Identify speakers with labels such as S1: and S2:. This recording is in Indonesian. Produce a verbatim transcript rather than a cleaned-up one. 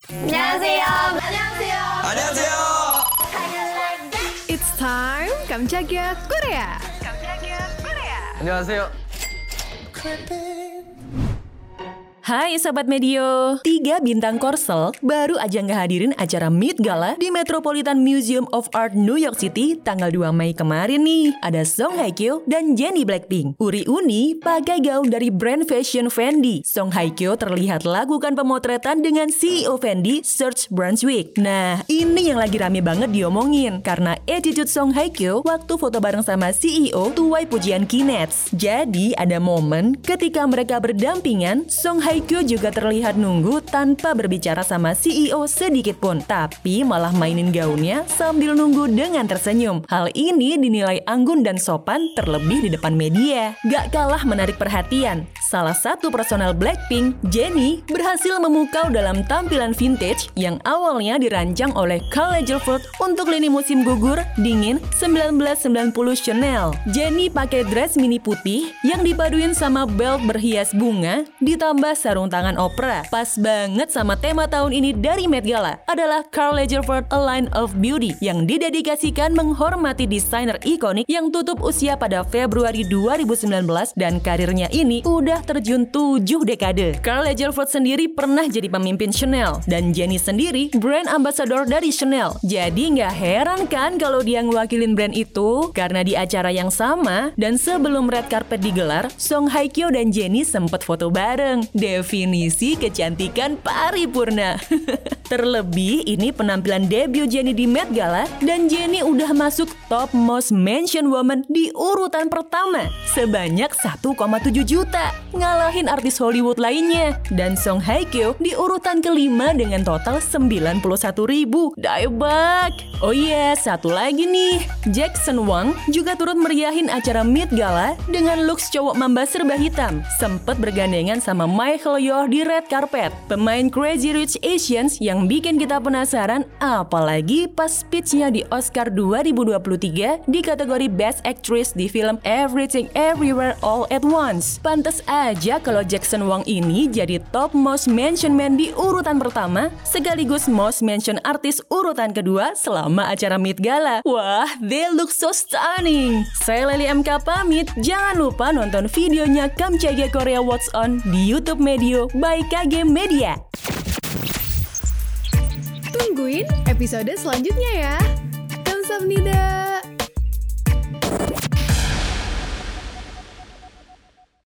S1: 안녕하세요. 안녕하세요.
S2: 안녕하세요.
S3: It's time 깜짝이야 Korea.
S1: 깜짝이야 Korea.
S2: 안녕하세요.
S4: Hai Sobat Medio, tiga bintang Korsel baru aja ngehadirin acara Met Gala di Metropolitan Museum of Art New York City tanggal dua Mei kemarin nih. Ada Song Hye Kyo dan Jennie Blackpink. Uri Uni pakai gaun dari brand fashion Fendi. Song Hye Kyo terlihat lakukan pemotretan dengan C E O Fendi, Serge Brunswick. Nah, ini yang lagi rame banget diomongin karena attitude Song Hye Kyo waktu foto bareng sama C E O tuai pujian Kinets. Jadi ada momen ketika mereka berdampingan, Song Hye Kyo juga terlihat nunggu tanpa berbicara sama C E O sedikit pun, tapi malah mainin gaunnya sambil nunggu dengan tersenyum. Hal ini dinilai anggun dan sopan terlebih di depan media. Gak kalah menarik perhatian, salah satu personel Blackpink, Jennie, berhasil memukau dalam tampilan vintage yang awalnya dirancang oleh Karl Lagerfeld untuk lini musim gugur dingin sembilan belas sembilan puluh Chanel. Jennie pakai dress mini putih yang dipaduin sama belt berhias bunga ditambah sarung tangan opera. Pas banget sama tema tahun ini dari Met Gala adalah Karl Lagerfeld A Line of Beauty yang didedikasikan menghormati desainer ikonik yang tutup usia pada Februari dua ribu sembilan belas dan karirnya ini udah terjun tujuh dekade. Karl Lagerfeld sendiri pernah jadi pemimpin Chanel dan Jennie sendiri brand ambassador dari Chanel. Jadi nggak heran kan kalau dia ngewakilin brand itu karena di acara yang sama dan sebelum red carpet digelar, Song Hye Kyo dan Jennie sempet foto bareng. Definisi kecantikan paripurna. Terlebih ini penampilan debut Jennie di Met Gala dan Jennie udah masuk top most mentioned woman di urutan pertama sebanyak satu koma tujuh juta, ngalahin artis Hollywood lainnya. Dan Song Hye Kyo di urutan kelima dengan total sembilan puluh satu ribu. Daebak. Oh iya, yeah, satu lagi nih. Jackson Wang juga turut meriahin acara Met Gala dengan looks cowok mamba serba hitam. Sempet bergandengan sama Michael Yeoh di red carpet. Pemain Crazy Rich Asians yang bikin kita penasaran apalagi pas speech-nya di Oscar dua ribu dua puluh tiga di kategori Best Actress di film Everything Everywhere All at Once. Pantes aja kalau Jackson Wang ini jadi top most mentioned man di urutan pertama sekaligus most mentioned artis urutan kedua selama acara Met Gala. Wah, they look so stunning. Saya Leli M K pamit. Jangan lupa nonton videonya Kamchaga Korea What's On di YouTube Medio by K G Media.
S3: Tungguin episode selanjutnya ya. Kamsahamnida.